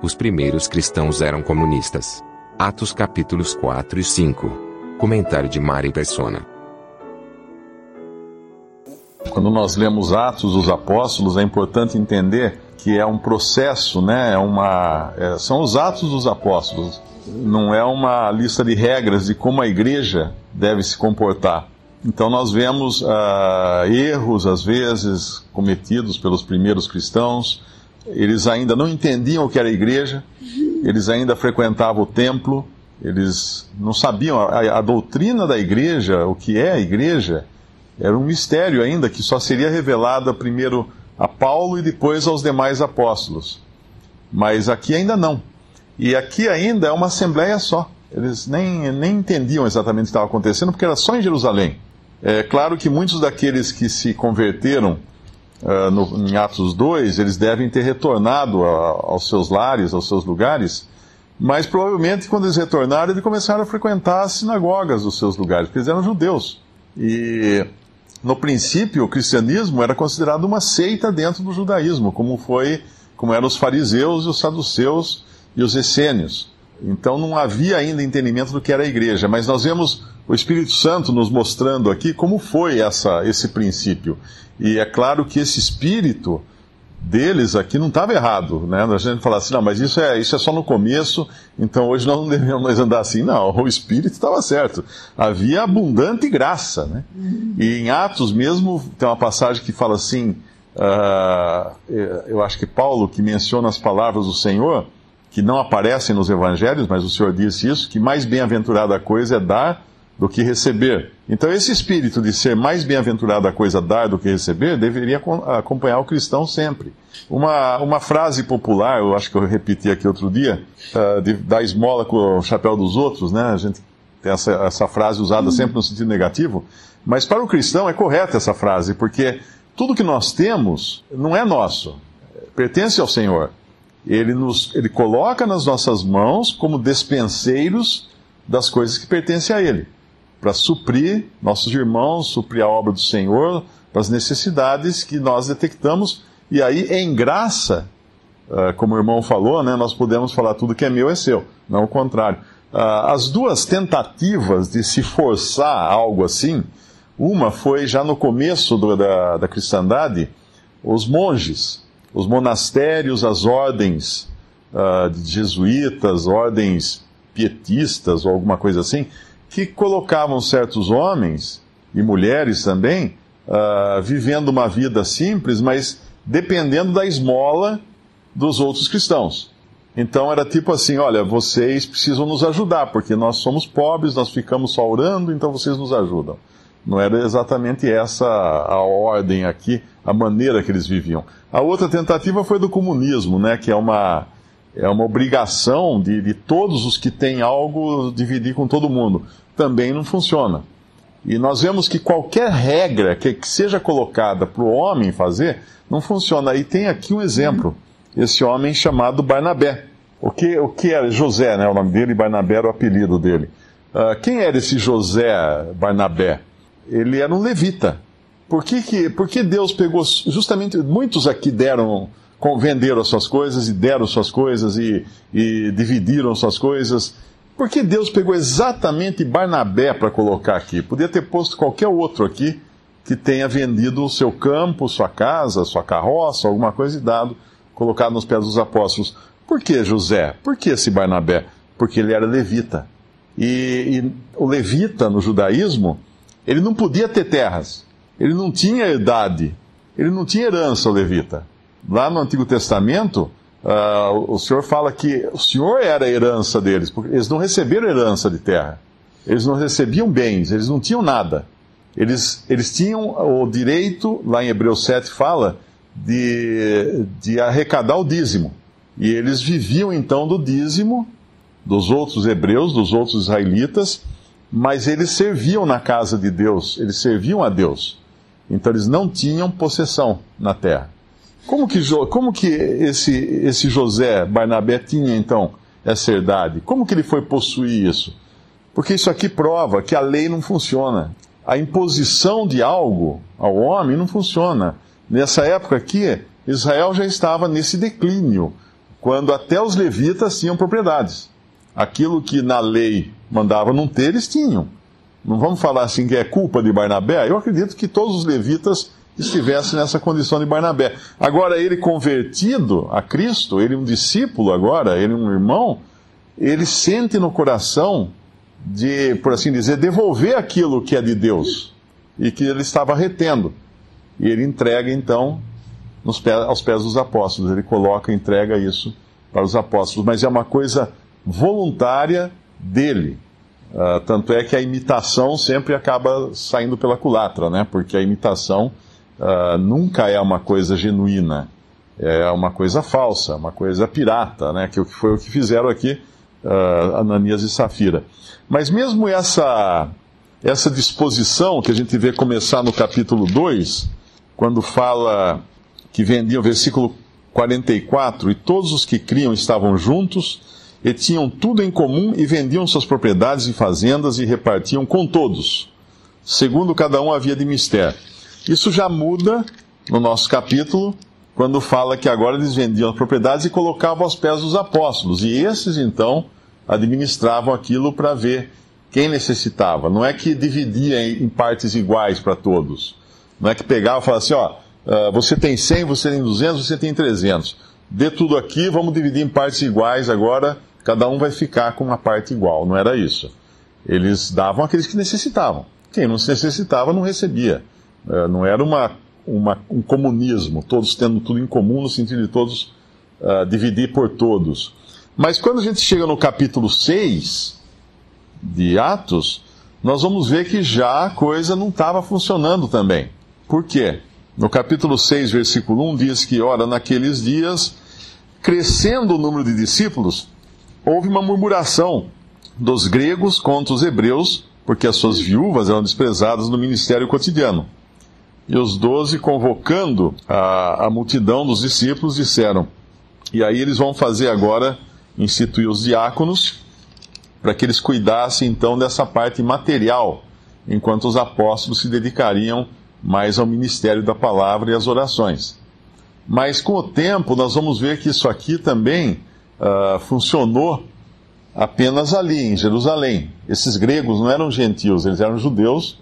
Os primeiros cristãos eram comunistas. Atos capítulos 4 e 5. Comentário de Mari Persona. Quando nós lemos Atos dos Apóstolos, é importante entender que é um processo, né? São os Atos dos Apóstolos. Não é uma lista de regras de como a igreja deve se comportar. Então nós vemos erros, às vezes, cometidos pelos primeiros cristãos. Eles ainda não entendiam o que era a igreja, eles ainda frequentavam o templo, eles não sabiam a doutrina da igreja, o que é a igreja, era um mistério ainda que só seria revelado primeiro a Paulo e depois aos demais apóstolos. Mas aqui ainda não. E aqui ainda é uma assembleia só. Eles nem entendiam exatamente o que estava acontecendo, porque era só em Jerusalém. É claro que muitos daqueles que se converteram em Atos 2, eles devem ter retornado aos seus lares, aos seus lugares, mas provavelmente quando eles retornaram, eles começaram a frequentar as sinagogas dos seus lugares, porque eles eram judeus. E no princípio o cristianismo era considerado uma seita dentro do judaísmo, como eram os fariseus e os saduceus e os essênios. Então não havia ainda entendimento do que era a igreja, mas nós vemos o Espírito Santo nos mostrando aqui como foi esse princípio. E é claro que esse espírito deles aqui não estava errado, né? A gente fala assim, não, mas isso é só no começo, então hoje nós não devemos mais andar assim. Não, o espírito estava certo. Havia abundante graça, né? E em Atos mesmo tem uma passagem que fala assim, eu acho que Paulo, que menciona as palavras do Senhor, que não aparecem nos evangelhos, mas o Senhor disse isso, que mais bem-aventurada coisa é dar do que receber. Então esse espírito de ser mais bem-aventurada a coisa dar do que receber deveria acompanhar o cristão sempre. Uma frase popular, eu acho que eu repeti aqui outro dia, de dar esmola com o chapéu dos outros, né? A gente tem essa frase usada sempre no sentido negativo, mas para o cristão é correta essa frase, porque tudo que nós temos não é nosso, pertence ao Senhor. Ele coloca nas nossas mãos como despenseiros das coisas que pertencem a Ele, para suprir nossos irmãos, suprir a obra do Senhor, para as necessidades que nós detectamos. E aí, em graça, como o irmão falou, né, nós podemos falar tudo que é meu é seu, não o contrário. As duas tentativas de se forçar algo assim, uma foi já no começo da cristandade, os monges, os monastérios, as ordens de jesuítas, ordens pietistas ou alguma coisa assim, que colocavam certos homens, e mulheres também, vivendo uma vida simples, mas dependendo da esmola dos outros cristãos. Então era tipo assim, olha, vocês precisam nos ajudar, porque nós somos pobres, nós ficamos só orando, então vocês nos ajudam. Não era exatamente essa a ordem aqui, a maneira que eles viviam. A outra tentativa foi do comunismo, né, que é uma obrigação de todos os que têm algo dividir com todo mundo. Também não funciona. E nós vemos que qualquer regra que seja colocada para o homem fazer, não funciona. E tem aqui um exemplo. Esse homem chamado Barnabé. O que era José, né, o nome dele, Barnabé era o apelido dele. Quem era esse José Barnabé? Ele era um levita. Por que Deus pegou justamente... Muitos aqui venderam as suas coisas e deram suas coisas e dividiram suas coisas. Por que Deus pegou exatamente Barnabé para colocar aqui? Podia ter posto qualquer outro aqui que tenha vendido o seu campo, sua casa, sua carroça, alguma coisa e colocado nos pés dos apóstolos. Por que José? Por que esse Barnabé? Porque ele era levita. E o levita no judaísmo, ele não podia ter terras. Ele não tinha herdade. Ele não tinha herança, o levita. Lá no Antigo Testamento, o Senhor fala que o Senhor era a herança deles, porque eles não receberam herança de terra. Eles não recebiam bens, eles não tinham nada. Eles tinham o direito, lá em Hebreus 7 fala, de arrecadar o dízimo. E eles viviam então do dízimo dos outros hebreus, dos outros israelitas, mas eles serviam na casa de Deus, eles serviam a Deus. Então eles não tinham possessão na terra. Como que esse José Barnabé tinha, então, essa herdade? Como que ele foi possuir isso? Porque isso aqui prova que a lei não funciona. A imposição de algo ao homem não funciona. Nessa época aqui, Israel já estava nesse declínio quando até os levitas tinham propriedades. Aquilo que na lei mandava não ter, eles tinham. Não vamos falar assim que é culpa de Barnabé. Eu acredito que todos os levitas estivessem nessa condição de Barnabé. Agora, ele convertido a Cristo, ele um discípulo agora, ele um irmão, ele sente no coração de, por assim dizer, devolver aquilo que é de Deus e que ele estava retendo. E ele entrega, então, aos pés dos apóstolos. Ele coloca e entrega isso para os apóstolos. Mas é uma coisa voluntária dele. Tanto é que a imitação sempre acaba saindo pela culatra, né? Porque a imitação nunca é uma coisa genuína. É uma coisa falsa, uma coisa pirata, né? Que foi o que fizeram aqui Ananias e Safira. Mas mesmo essa disposição que a gente vê começar no capítulo 2, quando fala que vendiam, versículo 44, e todos os que criam estavam juntos, e tinham tudo em comum, e vendiam suas propriedades e fazendas, e repartiam com todos, segundo cada um havia de mister. Isso já muda no nosso capítulo, quando fala que agora eles vendiam as propriedades e colocavam aos pés dos apóstolos, e esses então administravam aquilo para ver quem necessitava. Não é que dividia em partes iguais para todos. Não é que pegava e falava assim, você tem 100, você tem 200, você tem 300. Dê tudo aqui, vamos dividir em partes iguais agora, cada um vai ficar com uma parte igual. Não era isso. Eles davam àqueles que necessitavam. Quem não necessitava não recebia. Não era um comunismo, todos tendo tudo em comum, no sentido de todos dividir por todos. Mas quando a gente chega no capítulo 6 de Atos, nós vamos ver que já a coisa não estava funcionando também. Por quê? No capítulo 6, versículo 1, diz que, ora, naqueles dias, crescendo o número de discípulos, houve uma murmuração dos gregos contra os hebreus, porque as suas viúvas eram desprezadas no ministério cotidiano. E os 12, convocando a multidão dos discípulos, disseram, e aí eles vão fazer agora, instituir os diáconos, para que eles cuidassem então dessa parte material, enquanto os apóstolos se dedicariam mais ao ministério da palavra e às orações. Mas com o tempo nós vamos ver que isso aqui também funcionou apenas ali, em Jerusalém. Esses gregos não eram gentios, eles eram judeus,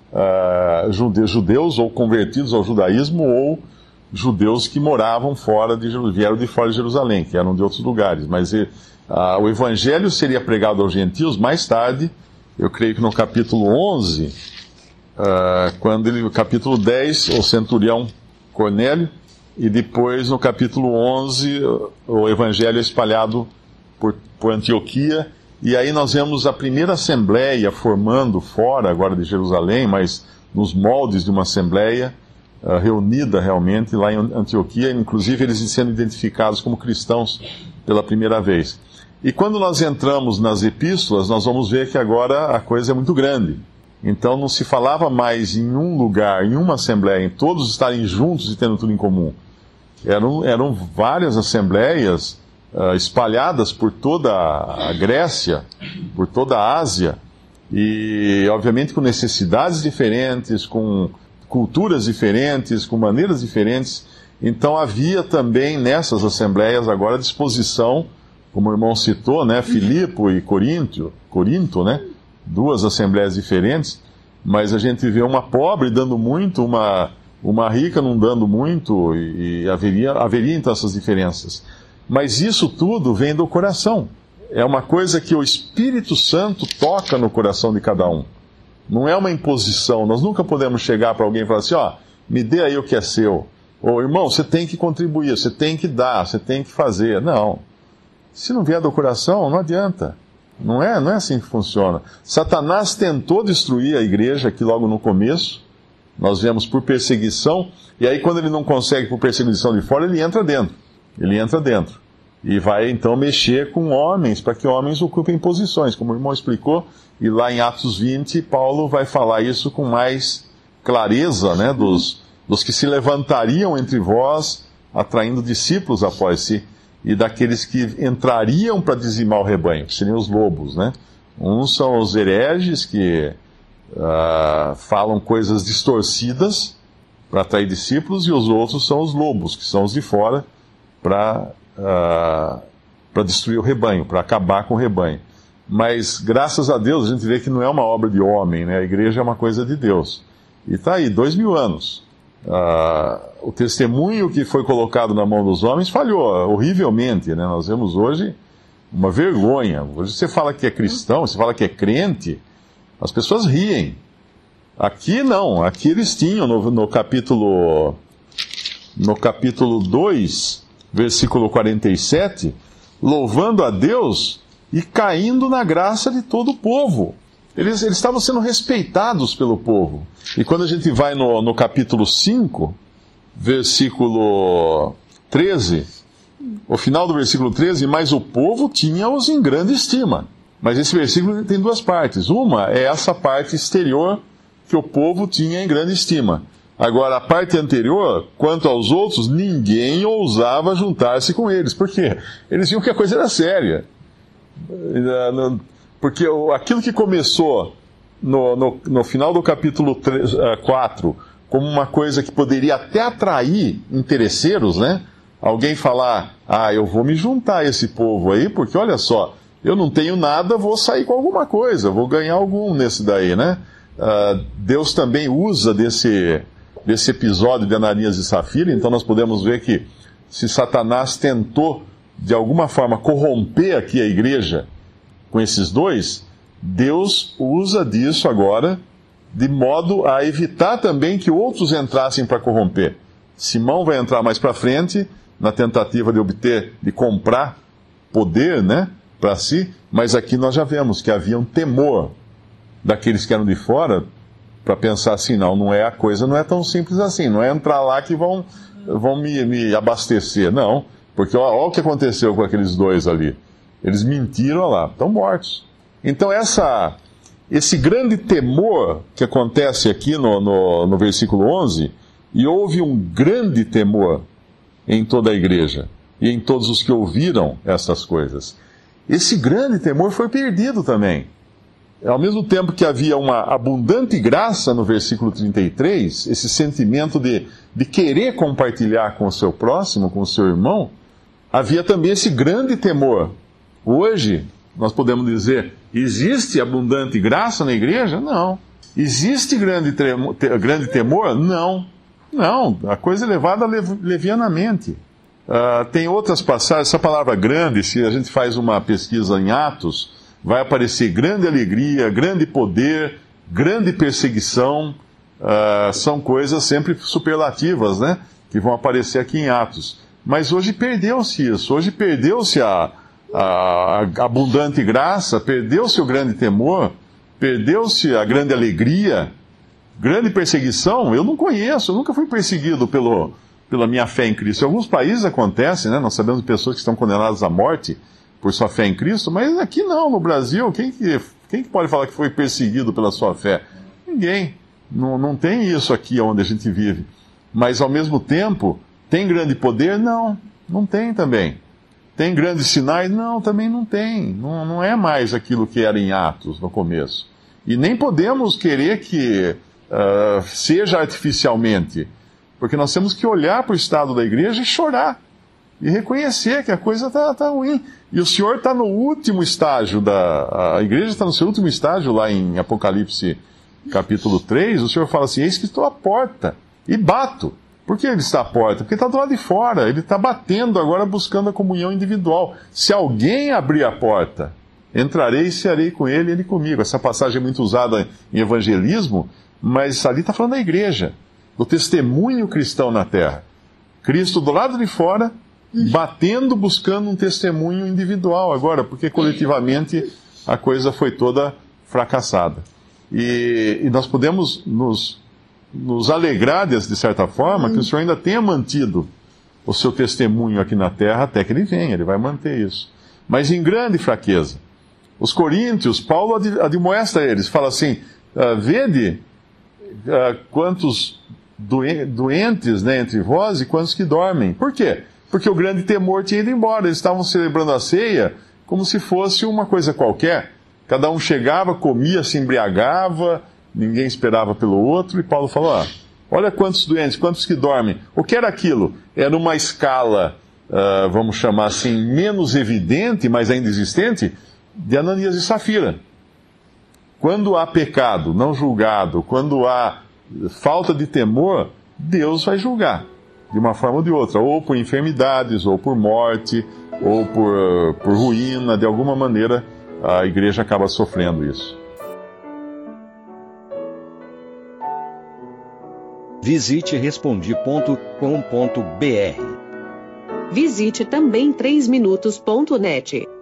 judeus ou convertidos ao judaísmo, ou judeus que moravam vieram de fora de Jerusalém, que eram de outros lugares. Mas o evangelho seria pregado aos gentios mais tarde, eu creio que no capítulo 11, capítulo 10, o centurião Cornélio, e depois no capítulo 11, o evangelho é espalhado por Antioquia, e aí nós vemos a primeira assembleia formando fora agora de Jerusalém, mas nos moldes de uma assembleia reunida realmente lá em Antioquia, inclusive eles sendo identificados como cristãos pela primeira vez. E quando nós entramos nas epístolas, nós vamos ver que agora a coisa é muito grande. Então não se falava mais em um lugar, em uma assembleia, em todos estarem juntos e tendo tudo em comum. Eram várias assembleias espalhadas por toda a Grécia, por toda a Ásia, e obviamente com necessidades diferentes, com culturas diferentes, com maneiras diferentes. Então havia também nessas assembleias agora disposição, como o irmão citou, né, Filipe e Corinto, né, duas assembleias diferentes, mas a gente vê uma pobre dando muito, uma rica não dando muito, e haveria então essas diferenças. Mas isso tudo vem do coração. É uma coisa que o Espírito Santo toca no coração de cada um. Não é uma imposição. Nós nunca podemos chegar para alguém e falar assim, me dê aí o que é seu. Ou, irmão, você tem que contribuir, você tem que dar, você tem que fazer. Não. Se não vier do coração, não adianta. Não é assim que funciona. Satanás tentou destruir a igreja aqui logo no começo. Nós vemos por perseguição. E aí quando ele não consegue por perseguição de fora, ele entra dentro. E vai então mexer com homens, para que homens ocupem posições, como o irmão explicou. E lá em Atos 20, Paulo vai falar isso com mais clareza, né, dos que se levantariam entre vós, atraindo discípulos após si, e daqueles que entrariam para dizimar o rebanho, que seriam os lobos, né? Uns são os hereges, que falam coisas distorcidas para atrair discípulos, e os outros são os lobos, que são os de fora, para para destruir o rebanho, para acabar com o rebanho. Mas, graças a Deus, a gente vê que não é uma obra de homem, né? A igreja é uma coisa de Deus. E está aí, 2000 anos. O testemunho que foi colocado na mão dos homens falhou horrivelmente, né? Nós vemos hoje uma vergonha. Hoje você fala que é cristão, você fala que é crente, as pessoas riem. Aqui não, aqui eles tinham no capítulo 2, versículo 47, louvando a Deus e caindo na graça de todo o povo. Eles estavam sendo respeitados pelo povo. E quando a gente vai no capítulo 5, versículo 13, o final do versículo 13, mas o povo tinha-os em grande estima. Mas esse versículo tem duas partes. Uma é essa parte exterior que o povo tinha em grande estima. Agora, a parte anterior, quanto aos outros, ninguém ousava juntar-se com eles. Por quê? Eles viam que a coisa era séria. Porque aquilo que começou no final do capítulo 4 como uma coisa que poderia até atrair interesseiros, né? Alguém falar, eu vou me juntar a esse povo aí, porque olha só, eu não tenho nada, vou sair com alguma coisa, vou ganhar algum nesse daí, né? Deus também usa desse episódio de Ananias e Safira, então nós podemos ver que se Satanás tentou, de alguma forma, corromper aqui a igreja com esses dois, Deus usa disso agora de modo a evitar também que outros entrassem para corromper. Simão vai entrar mais para frente na tentativa de comprar poder, né, para si, mas aqui nós já vemos que havia um temor daqueles que eram de fora para pensar assim, a coisa não é tão simples assim, não é entrar lá que vão me abastecer, não, porque olha o que aconteceu com aqueles dois ali, eles mentiram lá, estão mortos. Então esse grande temor que acontece aqui no versículo 11, e houve um grande temor em toda a igreja, e em todos os que ouviram essas coisas. Esse grande temor foi perdido também. Ao mesmo tempo que havia uma abundante graça no versículo 33, esse sentimento de querer compartilhar com o seu próximo, com o seu irmão, havia também esse grande temor. Hoje, nós podemos dizer, existe abundante graça na igreja? Não. Existe grande temor? Não. Não, a coisa é levada levianamente. Tem outras passagens, essa palavra grande, se a gente faz uma pesquisa em Atos, vai aparecer grande alegria, grande poder, grande perseguição, são coisas sempre superlativas, né? Que vão aparecer aqui em Atos. Mas hoje perdeu-se isso, hoje perdeu-se a abundante graça, perdeu-se o grande temor, perdeu-se a grande alegria, grande perseguição. Eu não conheço, eu nunca fui perseguido pela minha fé em Cristo. Em alguns países acontece, né? Nós sabemos de pessoas que estão condenadas à morte por sua fé em Cristo, mas aqui não, no Brasil, quem que pode falar que foi perseguido pela sua fé? Ninguém. Não tem isso aqui onde a gente vive. Mas, ao mesmo tempo, tem grande poder? Não tem também. Tem grandes sinais? Não, também não tem. Não é mais aquilo que era em Atos, no começo. E nem podemos querer que seja artificialmente, porque nós temos que olhar para o estado da igreja e chorar, e reconhecer que a coisa está ruim. E o Senhor está no último estágio, a igreja está no seu último estágio, lá em Apocalipse capítulo 3, o Senhor fala assim, eis que estou à porta, e bato. Por que ele está à porta? Porque está do lado de fora, ele está batendo agora, buscando a comunhão individual. Se alguém abrir a porta, entrarei e cearei com ele e ele comigo. Essa passagem é muito usada em evangelismo, mas ali está falando da igreja, do testemunho cristão na terra. Cristo do lado de fora, batendo, buscando um testemunho individual agora, porque coletivamente a coisa foi toda fracassada. E nós podemos nos alegrar, de certa forma, que o Senhor ainda tenha mantido o seu testemunho aqui na terra até que ele venha, ele vai manter isso. Mas em grande fraqueza. Os coríntios, Paulo admoesta eles, fala assim, vede quantos doentes, né, entre vós e quantos que dormem. Por quê? Porque o grande temor tinha ido embora. Eles estavam celebrando a ceia como se fosse uma coisa qualquer. Cada um chegava, comia, se embriagava, ninguém esperava pelo outro. E Paulo falou, olha quantos doentes, quantos que dormem. O que era aquilo? Era uma escala vamos chamar assim, menos evidente, mas ainda existente, de Ananias e Safira. Quando há pecado não julgado, quando há falta de temor, Deus vai julgar, de uma forma ou de outra, ou por enfermidades, ou por morte, ou por ruína, de alguma maneira a igreja acaba sofrendo isso. Visite Respondi.com.br. Visite também 3minutos.net.